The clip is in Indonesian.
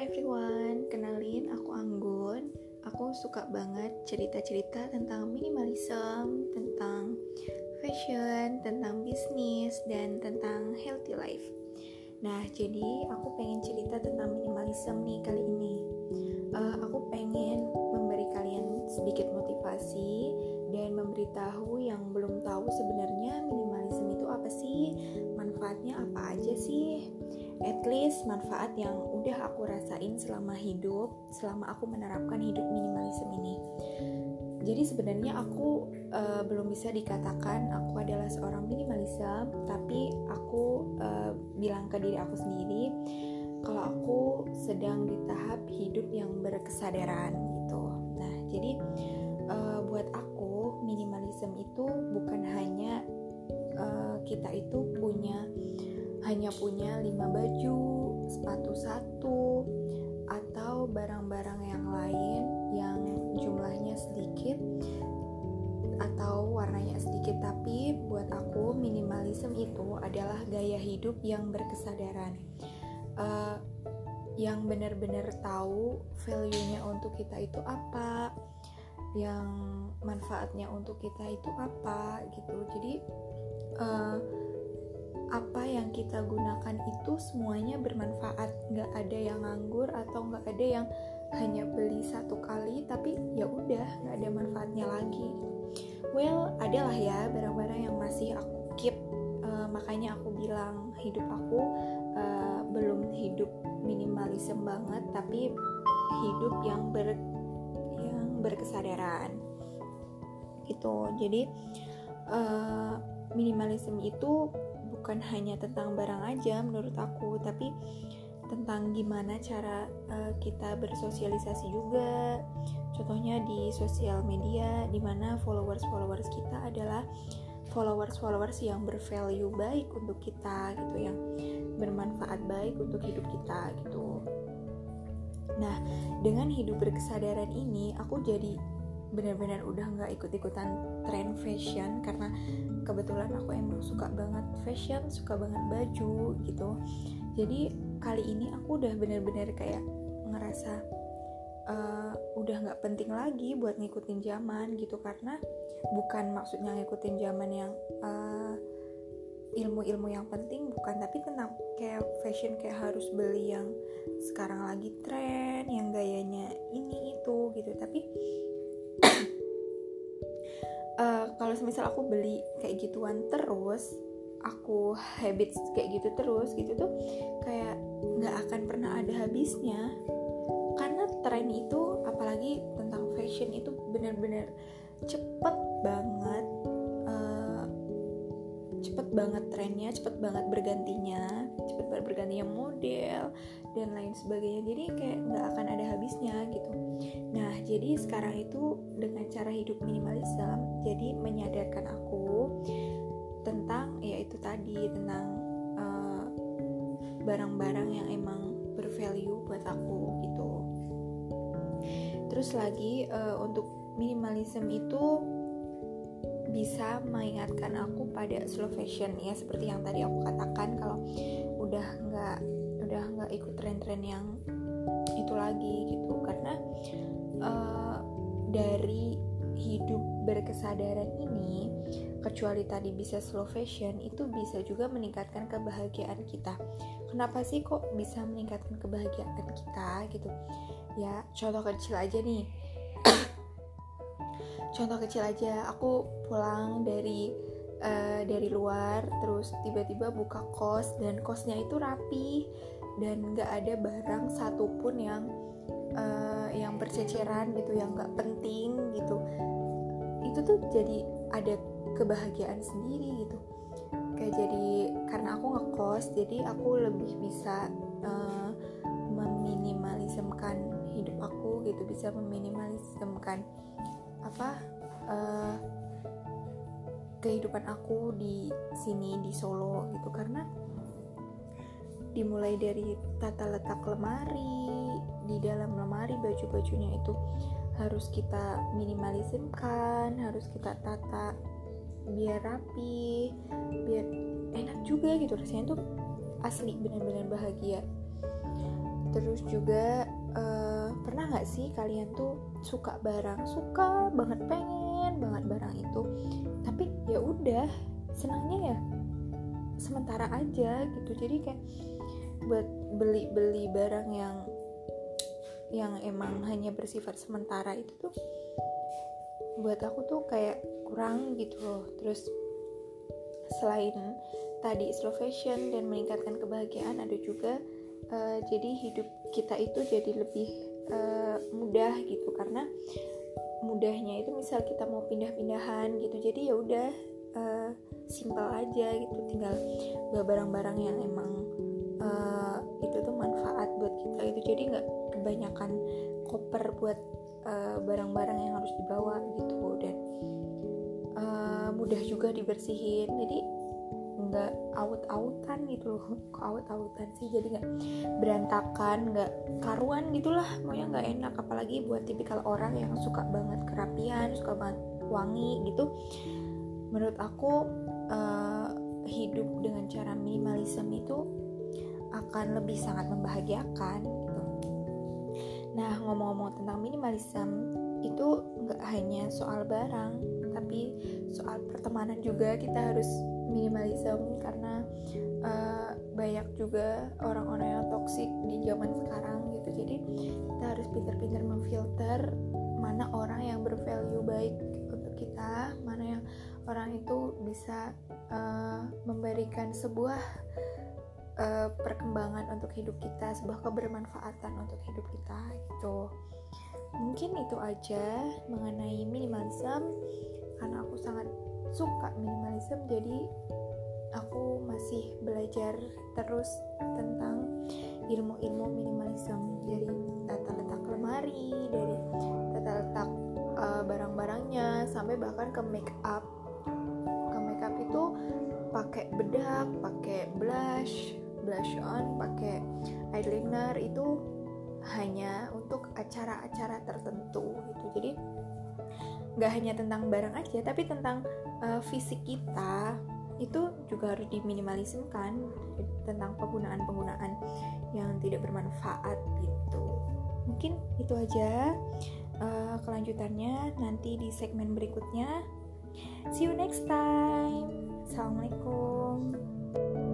everyone, kenalin aku Anggun. Aku suka banget cerita-cerita tentang minimalism, tentang fashion, tentang bisnis, dan tentang healthy life. Nah, jadi aku pengen cerita tentang minimalism nih kali ini. Aku pengen memberi kalian sedikit motivasi dan memberitahu yang belum tahu sebenarnya minimalism itu apa sih, manfaatnya apa aja sih. At least manfaat yang udah aku rasain selama aku menerapkan hidup minimalism ini. Jadi sebenarnya aku belum bisa dikatakan aku adalah seorang minimalism, tapi aku bilang ke diri aku sendiri kalau aku sedang di tahap hidup yang berkesadaran gitu. Nah, jadi buat aku minimalism itu bukan hanya kita itu hanya punya 5 baju, sepatu satu, atau barang-barang yang lain yang jumlahnya sedikit atau warnanya sedikit. Tapi buat aku minimalism itu adalah gaya hidup yang berkesadaran, yang benar-benar tahu value-nya untuk kita itu apa, yang manfaatnya untuk kita itu apa gitu. Jadi apa yang kita gunakan itu semuanya bermanfaat, nggak ada yang nganggur atau nggak ada yang hanya beli satu kali tapi ya udah nggak ada manfaatnya lagi. Well, adalah ya barang-barang yang masih aku keep, makanya aku bilang hidup aku belum hidup minimalism banget, tapi hidup yang berkesadaran gitu. Jadi minimalism itu bukan hanya tentang barang aja menurut aku, tapi tentang gimana cara kita bersosialisasi juga. Contohnya di sosial media, di mana followers kita adalah followers yang bervalue baik untuk kita gitu, yang bermanfaat baik untuk hidup kita gitu. Nah, dengan hidup berkesadaran ini aku jadi benar-benar udah gak ikut-ikutan tren fashion, karena kebetulan aku emang suka banget fashion, suka banget baju gitu. Jadi kali ini aku udah benar-benar kayak ngerasa udah gak penting lagi buat ngikutin zaman gitu, karena bukan maksudnya ngikutin zaman yang ilmu-ilmu yang penting, bukan, tapi tentang kayak fashion, kayak harus beli yang sekarang lagi tren, yang gayanya ini itu gitu. Tapi kalau semisal aku beli kayak gituan terus, aku habits kayak gitu terus gitu tuh kayak nggak akan pernah ada habisnya, karena tren itu, apalagi tentang fashion itu benar-benar cepet banget trennya, cepet banget bergantinya model dan lain sebagainya. Jadi kayak nggak akan ada habisnya gitu. Nah, jadi sekarang itu dengan cara hidup minimalism, jadi menyadarkan aku tentang yaitu tadi, tentang barang-barang yang emang bervalue buat aku gitu. Terus lagi untuk minimalism itu bisa mengingatkan aku pada slow fashion, ya seperti yang tadi aku katakan, kalau udah nggak ikut tren-tren yang itu lagi gitu. Karena dari hidup berkesadaran ini, kecuali tadi bisa slow fashion, itu bisa juga meningkatkan kebahagiaan kita. Kenapa sih kok bisa meningkatkan kebahagiaan kita gitu? Ya contoh kecil aja nih. Aku pulang dari luar, terus tiba-tiba buka kos, dan kosnya itu rapi dan nggak ada barang satupun yang berceceran gitu, yang nggak penting gitu. Itu tuh jadi ada kebahagiaan sendiri gitu. Kayak jadi karena aku ngekos, jadi aku lebih bisa meminimalismkan hidup aku gitu, bisa meminimalismkan kehidupan aku di sini di Solo gitu. Karena dimulai dari tata letak lemari, di dalam lemari baju-bajunya itu harus kita minimalismkan, harus kita tata biar rapi, biar enak juga gitu, rasanya tuh asli benar-benar bahagia. Terus juga pernah nggak sih kalian tuh suka banget, pengen banget barang itu, tapi ya udah, senangnya ya sementara aja gitu. Jadi kayak buat beli barang yang emang hanya bersifat sementara itu tuh buat aku tuh kayak kurang gitu loh. Terus selain tadi slow fashion dan meningkatkan kebahagiaan, ada juga jadi hidup kita itu jadi lebih mudah gitu, karena mudahnya itu misal kita mau pindah-pindahan gitu, jadi ya udah simple aja gitu, tinggal bawa barang-barang yang emang itu tuh manfaat buat kita gitu. Jadi nggak kebanyakan koper buat barang-barang yang harus dibawa gitu, dan mudah juga dibersihin, jadi nggak aut-autan gitu loh. Kok aut-autan sih, jadi nggak berantakan, nggak karuan gitulah, maunya nggak enak. Apalagi buat tipikal orang yang suka banget kerapian, suka banget wangi gitu. Menurut aku hidup dengan cara minimalism itu akan lebih sangat membahagiakan gitu. Nah, ngomong-ngomong tentang minimalism, itu nggak hanya soal barang, tapi soal pertemanan juga kita harus minimalism, karena banyak juga orang-orang yang toksik di zaman sekarang gitu. Jadi kita harus pintar-pintar memfilter mana orang yang bervalue baik untuk kita, mana yang orang itu bisa memberikan sebuah perkembangan untuk hidup kita, sebuah kebermanfaatan untuk hidup kita gitu. Mungkin itu aja mengenai minimalism, karena aku sangat suka minimalism, jadi aku masih belajar terus tentang ilmu-ilmu minimalism, dari tata letak lemari, dari tata letak barang-barangnya, sampai bahkan ke make up itu pakai bedak, pakai blush on, pakai eyeliner, itu hanya untuk acara-acara tertentu gitu. Jadi nggak hanya tentang barang aja, tapi tentang fisik kita itu juga harus diminimalismkan, tentang penggunaan yang tidak bermanfaat gitu. Mungkin itu aja, kelanjutannya nanti di segmen berikutnya. See you next time. Assalamualaikum.